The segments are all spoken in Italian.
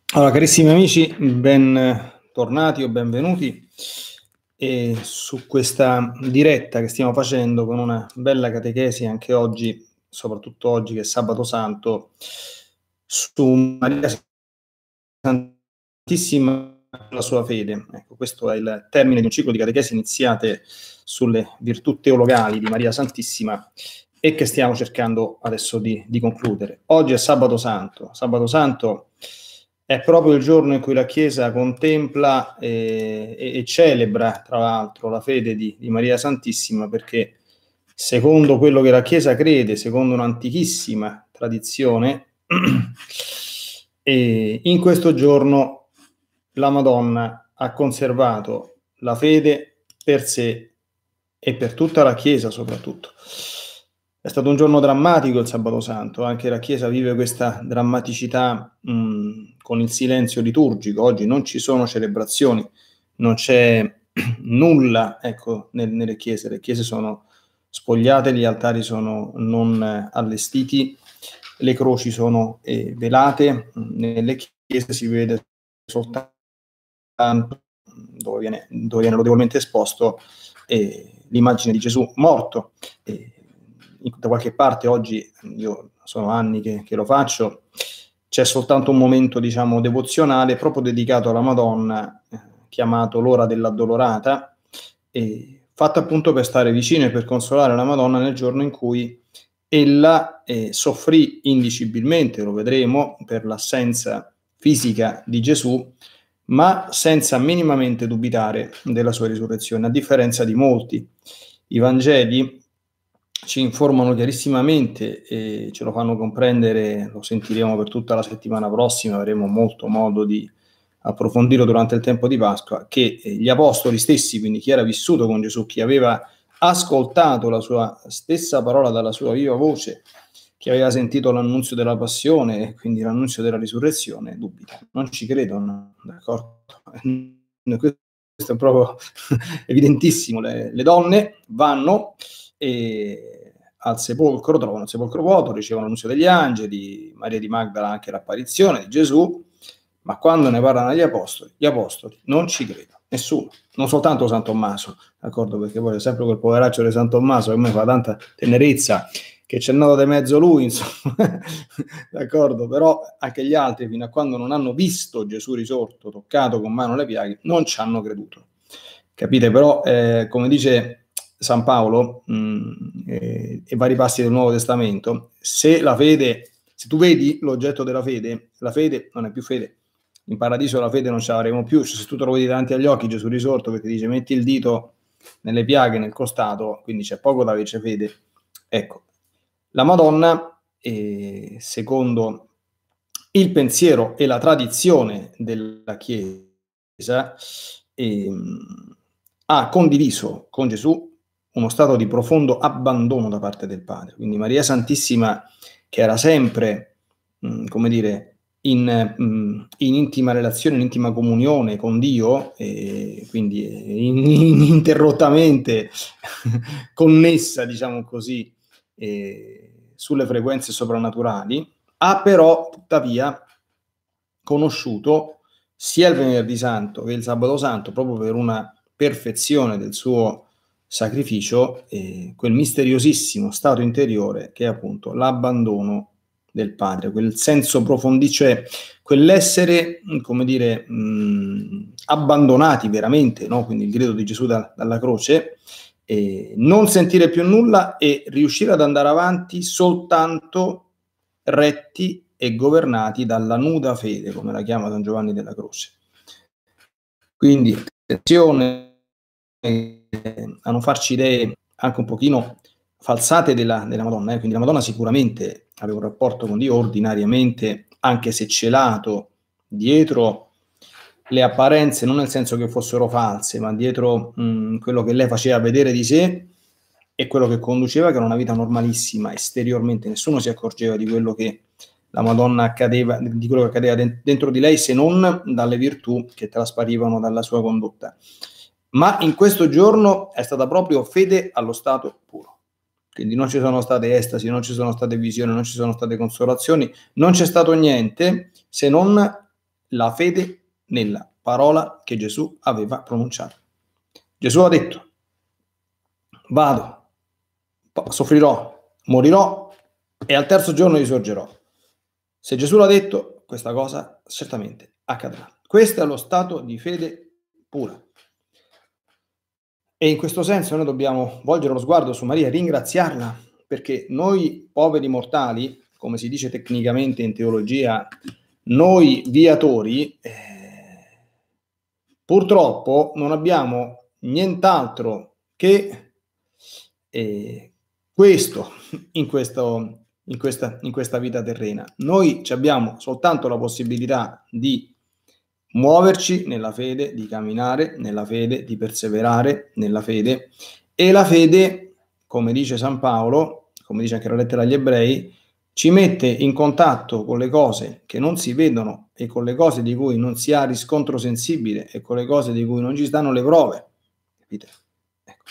Allora, carissimi amici, bentornati o benvenuti su questa diretta che stiamo facendo con una bella catechesi anche oggi, soprattutto oggi che è Sabato Santo, su Maria Santissima e la sua fede. Ecco, questo è il termine di un ciclo di catechesi iniziate sulle virtù teologali di Maria Santissima e che stiamo cercando adesso di concludere. Oggi è Sabato Santo. Sabato Santo è proprio il giorno in cui la Chiesa contempla e celebra, tra l'altro, la fede di Maria Santissima, perché secondo quello che la Chiesa crede, secondo un'antichissima tradizione, e in questo giorno la Madonna ha conservato la fede per sé e per tutta la Chiesa soprattutto. È stato un giorno drammatico il Sabato Santo, anche la Chiesa vive questa drammaticità con il silenzio liturgico. Oggi non ci sono celebrazioni, non c'è nulla, ecco, nelle chiese. Le chiese sono spogliate, gli altari sono non allestiti, le croci sono velate, nelle chiese si vede soltanto dove viene lodevolmente esposto l'immagine di Gesù morto. Da qualche parte oggi, io sono anni che lo faccio, c'è soltanto un momento, diciamo, devozionale proprio dedicato alla Madonna, chiamato l'ora dell'addolorata, fatto appunto per stare vicino e per consolare la Madonna nel giorno in cui ella soffrì indicibilmente, lo vedremo, per l'assenza fisica di Gesù, ma senza minimamente dubitare della sua risurrezione, a differenza di molti. I Vangeli ci informano chiarissimamente e ce lo fanno comprendere, lo sentiremo per tutta la settimana prossima, avremo molto modo di approfondirlo durante il tempo di Pasqua, che gli apostoli stessi, quindi chi era vissuto con Gesù, chi aveva ascoltato la sua stessa parola dalla sua viva voce, chi aveva sentito l'annunzio della passione e quindi l'annunzio della risurrezione, dubita, non ci credono, d'accordo? Questo è proprio evidentissimo. Le donne vanno al sepolcro, trovano il sepolcro vuoto, ricevono l'annunzio degli angeli, Maria di Magdala anche l'apparizione di Gesù, ma quando ne parlano gli apostoli non ci credono, nessuno, non soltanto San Tommaso, d'accordo? Perché poi è sempre quel poveraccio di San Tommaso che a me fa tanta tenerezza, che c'è nato di mezzo lui, insomma, d'accordo? Però anche gli altri, fino a quando non hanno visto Gesù risorto, toccato con mano le piaghe, non ci hanno creduto. Capite? Però, come dice San Paolo e vari passi del Nuovo Testamento, se tu vedi l'oggetto della fede, la fede non è più fede. In paradiso la fede non ce l'avremo più, cioè, se tu te lo vedi davanti agli occhi Gesù risorto, perché dice metti il dito nelle piaghe, nel costato, quindi c'è poco da averci fede. Ecco, la Madonna, secondo il pensiero e la tradizione della Chiesa, ha condiviso con Gesù uno stato di profondo abbandono da parte del Padre. Quindi Maria Santissima, che era sempre, come dire, in intima relazione, in intima comunione con Dio, quindi ininterrottamente connessa, diciamo così, sulle frequenze soprannaturali, ha però tuttavia conosciuto sia il Venerdì Santo che il Sabato Santo, proprio per una perfezione del suo sacrificio, quel misteriosissimo stato interiore che è appunto l'abbandono del Padre, quel senso profondissimo, cioè quell'essere, come dire, abbandonati veramente, no? Quindi il grido di Gesù dalla croce, non sentire più nulla e riuscire ad andare avanti soltanto retti e governati dalla nuda fede, come la chiama San Giovanni della Croce. Quindi attenzione a non farci idee anche un pochino falsate della Madonna. Quindi la Madonna sicuramente aveva un rapporto con Dio ordinariamente, anche se celato dietro le apparenze, non nel senso che fossero false, ma dietro quello che lei faceva vedere di sé e quello che conduceva, che era una vita normalissima esteriormente. Nessuno si accorgeva di quello che la Madonna accadeva, di quello che accadeva dentro di lei, se non dalle virtù che trasparivano dalla sua condotta. Ma in questo giorno è stata proprio fede allo stato puro. Quindi non ci sono state estasi, non ci sono state visioni, non ci sono state consolazioni, non c'è stato niente se non la fede nella parola che Gesù aveva pronunciato. Gesù ha detto: vado, soffrirò, morirò e al terzo giorno risorgerò. Se Gesù l'ha detto, questa cosa certamente accadrà. Questo è lo stato di fede pura. E in questo senso noi dobbiamo volgere lo sguardo su Maria e ringraziarla, perché noi poveri mortali, come si dice tecnicamente in teologia, noi viatori, purtroppo non abbiamo nient'altro che questo in questa vita terrena. Noi abbiamo soltanto la possibilità di muoverci nella fede, di camminare nella fede, di perseverare nella fede, e la fede, come dice San Paolo, come dice anche la lettera agli Ebrei, ci mette in contatto con le cose che non si vedono e con le cose di cui non si ha riscontro sensibile e con le cose di cui non ci stanno le prove. Capite? Ecco.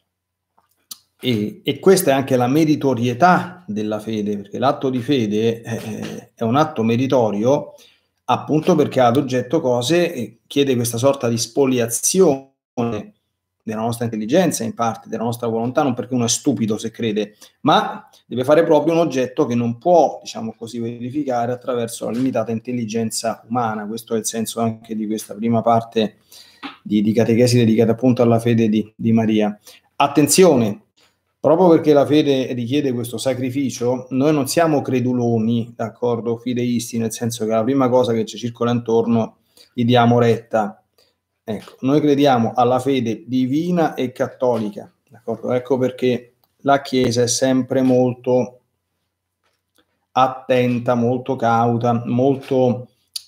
E questa è anche la meritorietà della fede, perché l'atto di fede è un atto meritorio, appunto perché ha ad oggetto cose e chiede questa sorta di spoliazione della nostra intelligenza, in parte, della nostra volontà, non perché uno è stupido se crede, ma deve fare proprio un oggetto che non può, diciamo così, verificare attraverso la limitata intelligenza umana. Questo è il senso anche di questa prima parte di catechesi dedicata appunto alla fede di Maria. Attenzione, proprio perché la fede richiede questo sacrificio, noi non siamo creduloni, d'accordo, fideisti, nel senso che la prima cosa che ci circola intorno gli diamo retta. Ecco, noi crediamo alla fede divina e cattolica, d'accordo? Ecco perché la Chiesa è sempre molto attenta, molto cauta, molto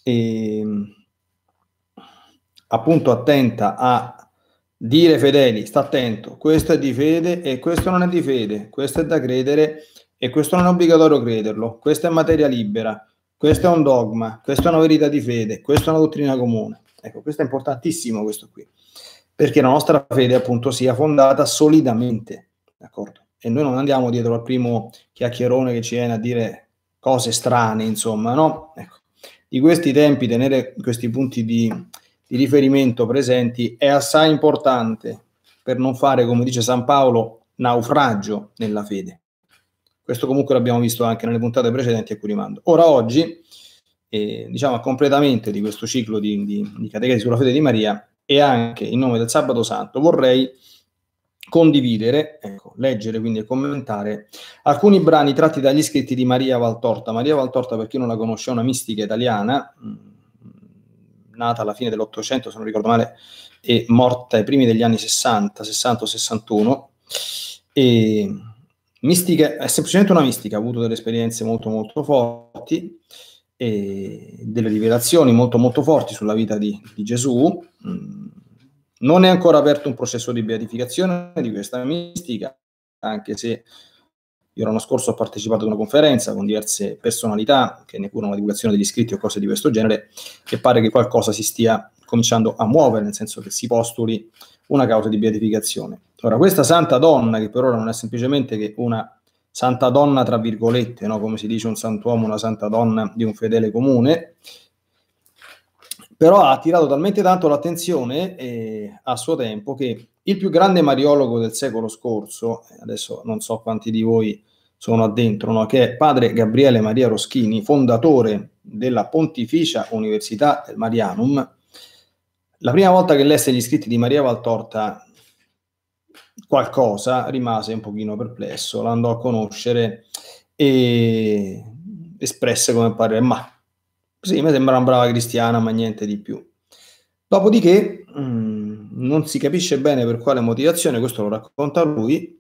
appunto attenta a dire ai fedeli: sta attento, questo è di fede e questo non è di fede, questo è da credere e questo non è obbligatorio crederlo, questa è materia libera, questo è un dogma, questa è una verità di fede, questa è una dottrina comune. Ecco, questo è importantissimo, questo qui, perché la nostra fede appunto sia fondata solidamente, d'accordo? E noi non andiamo dietro al primo chiacchierone che ci viene a dire cose strane, insomma, no? Ecco, di questi tempi tenere questi punti di riferimento presenti è assai importante per non fare, come dice San Paolo, naufragio nella fede. Questo comunque l'abbiamo visto anche nelle puntate precedenti a cui rimando. Ora oggi, diciamo a completamento di questo ciclo di catechesi sulla fede di Maria, e anche in nome del Sabato Santo, vorrei condividere, ecco, leggere quindi e commentare alcuni brani tratti dagli scritti di Maria Valtorta. Maria Valtorta, per chi non la conosce, è una mistica italiana, nata alla fine dell'Ottocento, se non ricordo male, e morta ai primi degli anni 60 o 61. E mistica, è semplicemente una mistica, ha avuto delle esperienze molto molto forti e delle rivelazioni molto molto forti sulla vita di Gesù. Non è ancora aperto un processo di beatificazione di questa mistica, anche se io l'anno scorso ho partecipato ad una conferenza con diverse personalità che ne curano la divulgazione degli scritti o cose di questo genere, e pare che qualcosa si stia cominciando a muovere, nel senso che si postuli una causa di beatificazione. Ora, questa santa donna, che per ora non è semplicemente che una santa donna tra virgolette, no? Come si dice un santuomo, una santa donna di un fedele comune, però ha attirato talmente tanto l'attenzione a suo tempo che il più grande mariologo del secolo scorso, adesso non so quanti di voi sono addentro, no? Che è padre Gabriele Maria Roschini, fondatore della Pontificia Università del Marianum, la prima volta che lesse gli scritti di Maria Valtorta qualcosa rimase un pochino perplesso, l'andò a conoscere e espresse come parere: ma sì, mi sembra una brava cristiana, ma niente di più. Dopodiché, non si capisce bene per quale motivazione, questo lo racconta lui,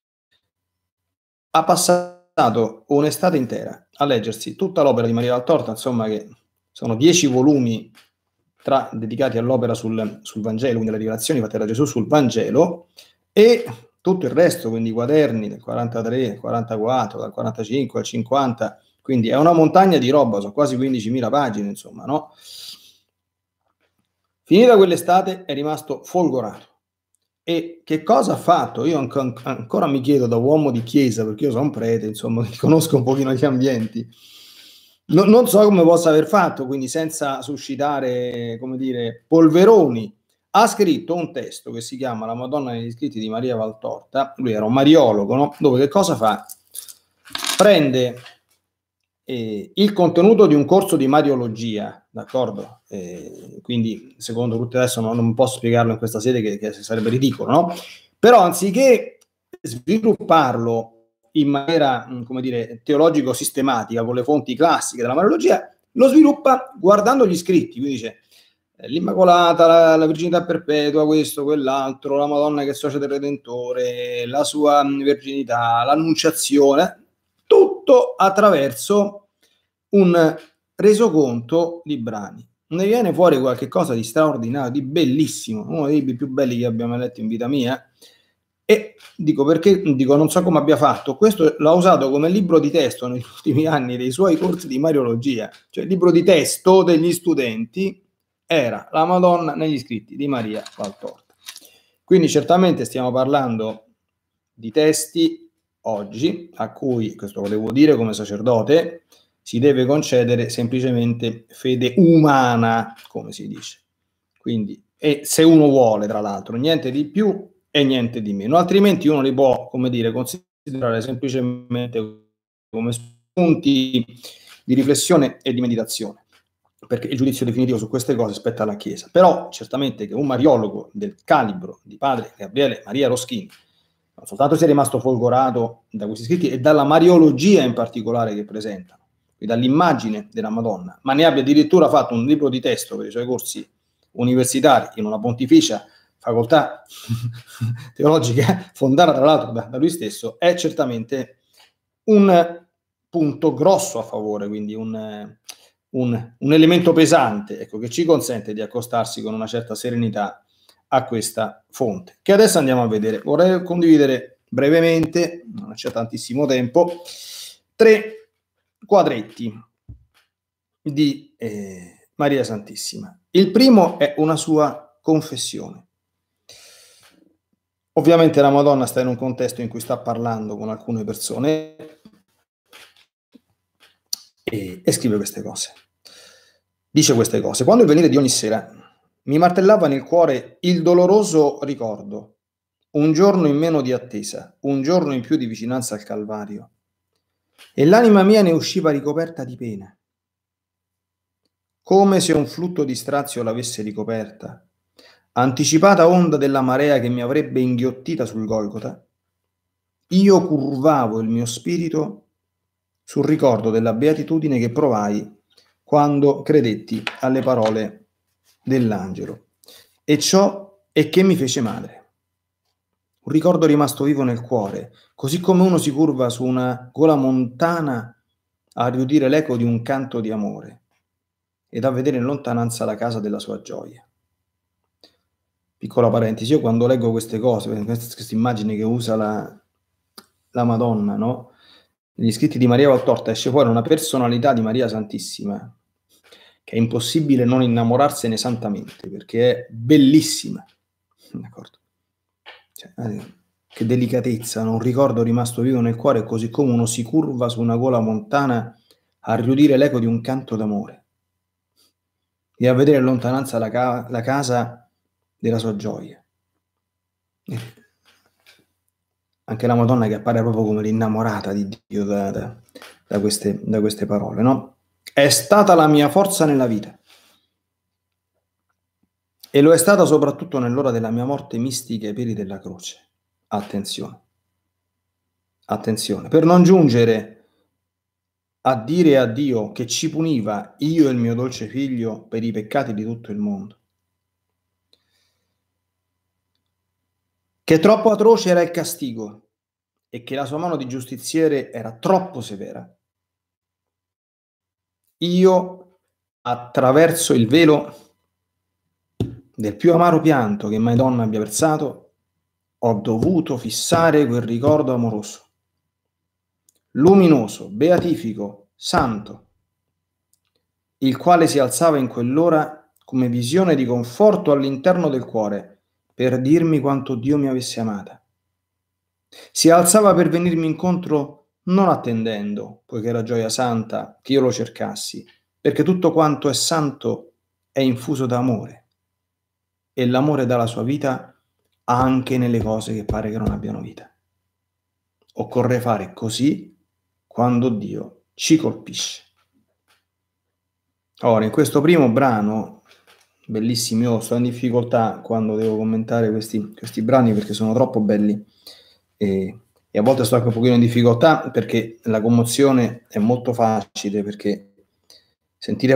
ha passato un'estate intera a leggersi tutta l'opera di Maria Valtorta, insomma, che sono 10 volumi dedicati all'opera sul Vangelo, quindi le rivelazioni fatte da Gesù sul Vangelo, e tutto il resto, quindi i quaderni del 43, 44, dal 45 al 50, quindi è una montagna di roba, sono quasi 15.000 pagine, insomma, no? Finita quell'estate è rimasto folgorato. E che cosa ha fatto? Io ancora mi chiedo, da uomo di chiesa, perché io sono un prete, insomma, conosco un pochino gli ambienti, Non so come possa aver fatto, quindi senza suscitare, come dire, polveroni, ha scritto un testo che si chiama La Madonna negli scritti di Maria Valtorta. Lui era un mariologo, no? Dove che cosa fa? Prende il contenuto di un corso di mariologia, d'accordo? Quindi, secondo tutti adesso non posso spiegarlo in questa sede che sarebbe ridicolo, no? Però anziché svilupparlo in maniera, come dire, teologico-sistematica con le fonti classiche della mariologia, lo sviluppa guardando gli scritti. Quindi dice l'Immacolata, la Virginità Perpetua, questo, quell'altro, la Madonna che socia del Redentore, la sua verginità, l'Annunciazione, tutto attraverso un resoconto di brani. Ne viene fuori qualche cosa di straordinario, di bellissimo, uno dei libri più belli che abbiamo letto in vita mia. E dico perché, non so come abbia fatto, questo l'ha usato come libro di testo negli ultimi anni dei suoi corsi di mariologia, cioè il libro di testo degli studenti era La Madonna negli scritti di Maria Valtorta. Quindi certamente stiamo parlando di testi oggi a cui, questo volevo dire come sacerdote, si deve concedere semplicemente fede umana, come si dice. Quindi, e se uno vuole, tra l'altro, niente di più e niente di meno, altrimenti uno li può, come dire, considerare semplicemente come spunti di riflessione e di meditazione, perché il giudizio definitivo su queste cose spetta alla Chiesa. Però certamente che un mariologo del calibro di padre Gabriele Maria Roschini non soltanto sia rimasto folgorato da questi scritti e dalla mariologia in particolare che presentano, e dall'immagine della Madonna, ma ne abbia addirittura fatto un libro di testo per i suoi corsi universitari in una pontificia facoltà teologica fondata tra l'altro da lui stesso, è certamente un punto grosso a favore, quindi un elemento pesante, ecco, che ci consente di accostarsi con una certa serenità a questa fonte, che adesso andiamo a vedere. Vorrei condividere brevemente, non c'è tantissimo tempo, 3 quadretti di Maria Santissima. Il primo è una sua confessione. Ovviamente la Madonna sta in un contesto in cui sta parlando con alcune persone e scrive queste cose. Dice queste cose: quando il venire di ogni sera mi martellava nel cuore il doloroso ricordo, un giorno in meno di attesa, un giorno in più di vicinanza al Calvario, e l'anima mia ne usciva ricoperta di pena, come se un flutto di strazio l'avesse ricoperta, anticipata onda della marea che mi avrebbe inghiottita sul Golgota, io curvavo il mio spirito sul ricordo della beatitudine che provai quando credetti alle parole dell'angelo. E ciò è che mi fece madre. Un ricordo rimasto vivo nel cuore, così come uno si curva su una gola montana a riudire l'eco di un canto di amore ed a vedere in lontananza la casa della sua gioia. Piccola parentesi, io quando leggo queste cose, queste immagini che usa la Madonna, no? Negli scritti di Maria Valtorta esce fuori una personalità di Maria Santissima che è impossibile non innamorarsene santamente, perché è bellissima, d'accordo? Cioè, che delicatezza, un ricordo rimasto vivo nel cuore, così come uno si curva su una gola montana a riudire l'eco di un canto d'amore e a vedere in lontananza la casa della sua gioia. Anche la Madonna che appare proprio come l'innamorata di Dio da queste parole, no? È stata la mia forza nella vita e lo è stata soprattutto nell'ora della mia morte mistica ai piedi della croce. Attenzione, attenzione, per non giungere a dire a Dio che ci puniva io e il mio dolce figlio per i peccati di tutto il mondo, che troppo atroce era il castigo e che la sua mano di giustiziere era troppo severa. Io, attraverso il velo del più amaro pianto che mai donna abbia versato, ho dovuto fissare quel ricordo amoroso, luminoso, beatifico, santo, il quale si alzava in quell'ora come visione di conforto all'interno del cuore per dirmi quanto Dio mi avesse amata. Si alzava per venirmi incontro non attendendo, poiché era gioia santa, che io lo cercassi, perché tutto quanto è santo è infuso d'amore, e l'amore dà la sua vita anche nelle cose che pare che non abbiano vita. Occorre fare così quando Dio ci colpisce. Ora, in questo primo brano, bellissimi, io sto in difficoltà quando devo commentare questi brani perché sono troppo belli e a volte sto anche un pochino in difficoltà perché la commozione è molto facile, perché sentire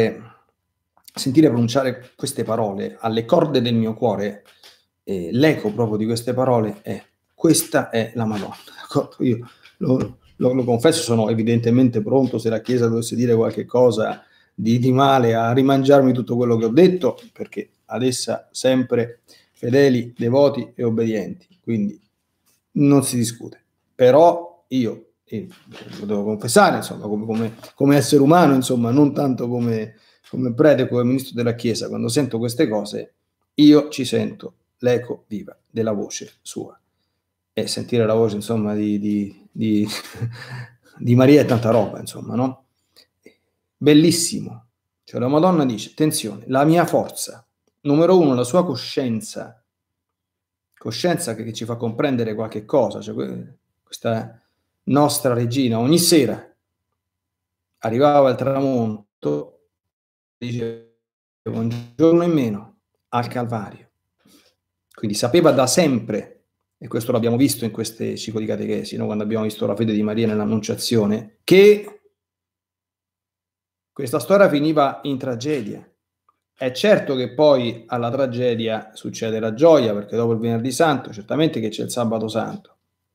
pronunciare queste parole alle corde del mio cuore, l'eco proprio di queste parole è: questa è la Madonna. D'accordo? Io lo confesso, sono evidentemente pronto, se la Chiesa dovesse dire qualche cosa di male, a rimangiarmi tutto quello che ho detto, perché ad essa sempre fedeli, devoti e obbedienti, quindi non si discute. Però io lo devo confessare, insomma, come essere umano, insomma, non tanto come prete, come ministro della Chiesa, quando sento queste cose, io ci sento l'eco viva della voce sua. E sentire la voce, insomma, di Maria è tanta roba, insomma, no? Bellissimo. Cioè la Madonna dice: attenzione, la mia forza, numero uno, la sua coscienza che ci fa comprendere qualche cosa, cioè questa nostra regina ogni sera arrivava al tramonto, diceva un giorno in meno al Calvario. Quindi sapeva da sempre, e questo l'abbiamo visto in queste ciclo di catechesi, no? Quando abbiamo visto la fede di Maria nell'Annunciazione, che questa storia finiva in tragedia. È certo che poi alla tragedia succede la gioia, perché dopo il Venerdì Santo, certamente che c'è il Sabato Santo.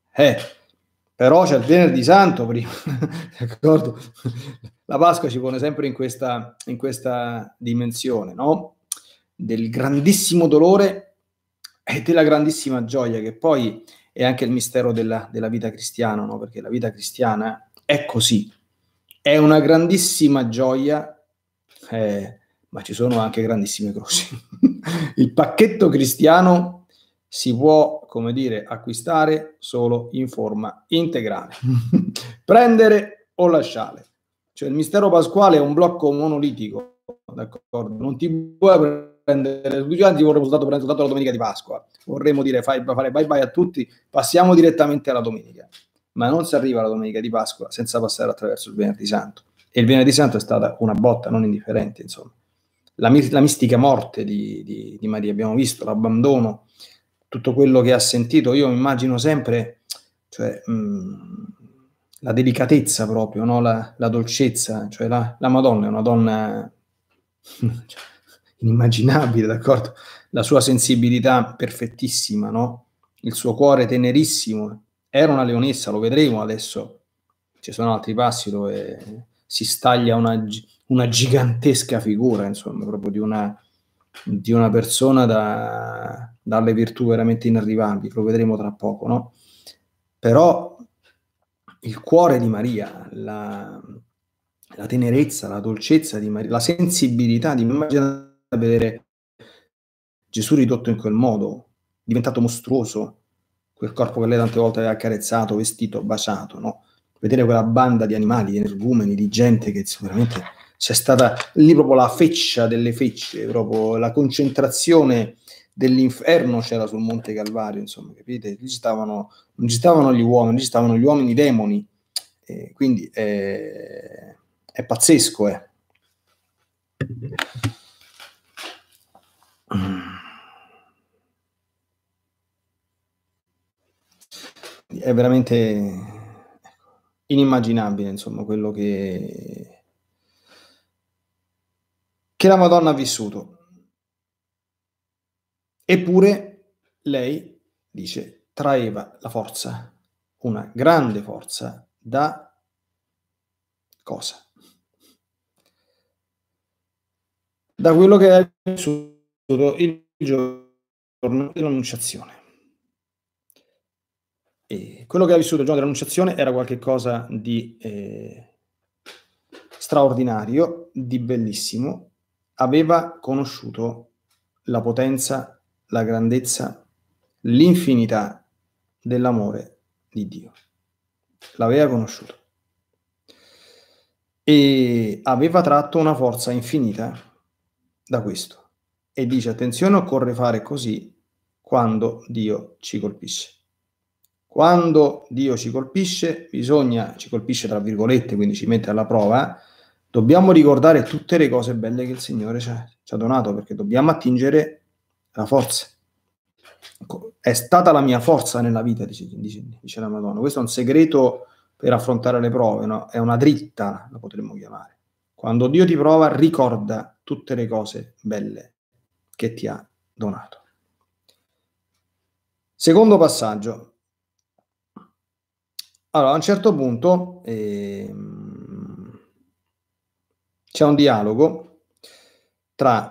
Però c'è il Venerdì Santo prima, d'accordo? La Pasqua ci pone sempre in questa dimensione, no? Del grandissimo dolore e della grandissima gioia, che poi è anche il mistero della vita cristiana, no? Perché la vita cristiana è così, è una grandissima gioia, ma ci sono anche grandissime croci. Il pacchetto cristiano si può, come dire, acquistare solo in forma integrale. Prendere o lasciare. Cioè il mistero pasquale è un blocco monolitico, d'accordo? Non ti puoi prendere, tutti quanti vorremmo soltanto la domenica di Pasqua, vorremmo dire fare bye bye a tutti, passiamo direttamente alla domenica, ma non si arriva alla domenica di Pasqua senza passare attraverso il Venerdì Santo, e il Venerdì Santo è stata una botta non indifferente, insomma. La mistica morte di Maria, abbiamo visto l'abbandono, tutto quello che ha sentito. Io immagino sempre, cioè, la delicatezza proprio, no? La dolcezza, cioè la Madonna è una donna cioè, inimmaginabile, d'accordo? La sua sensibilità perfettissima, no? Il suo cuore tenerissimo. Era una leonessa, lo vedremo adesso. Ci sono altri passi dove si staglia una gigantesca figura, insomma, proprio di una persona dalle virtù veramente inarrivabili, lo vedremo tra poco, no? Però il cuore di Maria, la tenerezza, la dolcezza di Maria, la sensibilità di Maria, vedere Gesù ridotto in quel modo, diventato mostruoso, quel corpo che lei tante volte aveva accarezzato, vestito, baciato, no? Vedere quella banda di animali, di energumeni, di gente che veramente c'è stata lì proprio la feccia delle fecce, proprio la concentrazione dell'inferno c'era sul Monte Calvario, insomma, capite? Lì non ci stavano gli uomini, lì ci stavano gli uomini demoni, quindi è pazzesco, È veramente inimmaginabile, insomma, quello che la Madonna ha vissuto. Eppure lei, dice, traeva la forza, una grande forza, da cosa? Da quello che è vissuto il giorno dell'Annunciazione. E quello che ha vissuto il giorno dell'Annunciazione era qualcosa di straordinario, di bellissimo. Aveva conosciuto la potenza, la grandezza, l'infinità dell'amore di Dio. l'aveva conosciuto e aveva tratto una forza infinita da questo. E dice: attenzione, occorre fare così quando Dio ci colpisce. Quando Dio ci colpisce, ci colpisce tra virgolette, quindi ci mette alla prova, dobbiamo ricordare tutte le cose belle che il Signore ci ha donato, perché dobbiamo attingere la forza. È stata la mia forza nella vita, dice la Madonna. Questo è un segreto per affrontare le prove, no? È una dritta, la potremmo chiamare. Quando Dio ti prova, ricorda tutte le cose belle che ti ha donato. Secondo passaggio. Allora, a un certo punto c'è un dialogo tra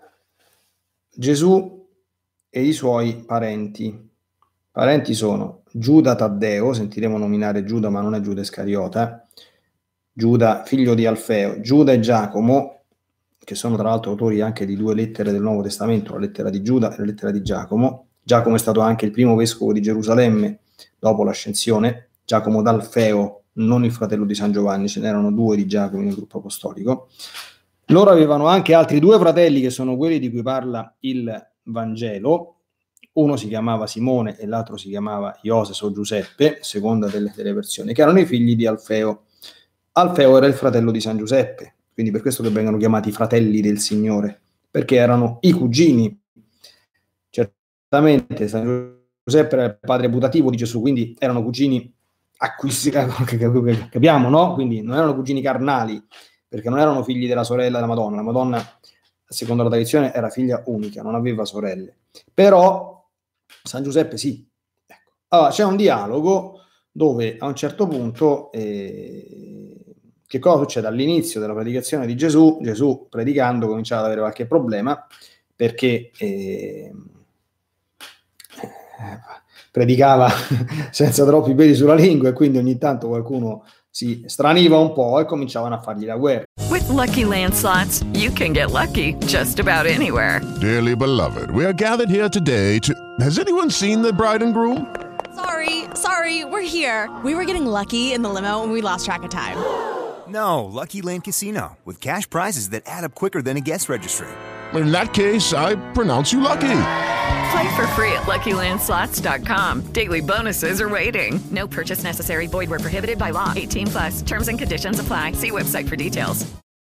Gesù e i suoi parenti. Parenti sono Giuda Taddeo, sentiremo nominare Giuda, ma non è Giuda Iscariota, Giuda figlio di Alfeo, Giuda e Giacomo, che sono tra l'altro autori anche di 2 lettere del Nuovo Testamento, la lettera di Giuda e la lettera di Giacomo. Giacomo è stato anche il primo vescovo di Gerusalemme dopo l'ascensione. Giacomo d'Alfeo, non il fratello di San Giovanni, ce n'erano 2 di Giacomo nel gruppo apostolico. Loro avevano anche altri 2 fratelli che sono quelli di cui parla il Vangelo. Uno si chiamava Simone e l'altro si chiamava Ioses o Giuseppe, seconda delle versioni, che erano i figli di Alfeo. Alfeo era il fratello di San Giuseppe, quindi per questo che vengono chiamati fratelli del Signore, perché erano i cugini. Certamente San Giuseppe era il padre putativo di Gesù, quindi erano cugini capiamo, no? Quindi non erano cugini carnali, perché non erano figli della sorella della Madonna. La Madonna, secondo la tradizione, era figlia unica, non aveva sorelle. Però San Giuseppe sì. Ecco. Allora, c'è un dialogo dove a un certo punto che cosa succede? All'inizio della predicazione di Gesù predicando cominciava ad avere qualche problema, perché predicava senza troppi peli sulla lingua e quindi ogni tanto qualcuno si straniva un po' e cominciavano a fargli la guerra. With Lucky Land Slots, you can get lucky just about anywhere. Dearly beloved, we are gathered here today to... Has anyone seen the bride and groom? Sorry, we're here. We were getting lucky in the limo and we lost track of time. No, Lucky Land Casino, with cash prizes that add up quicker than a guest registry. In that case, I pronounce you lucky. Play for free at LuckyLandSlots.com. Daily bonuses are waiting. No purchase necessary. Void where prohibited by law. 18+. Terms and conditions apply. See website for details.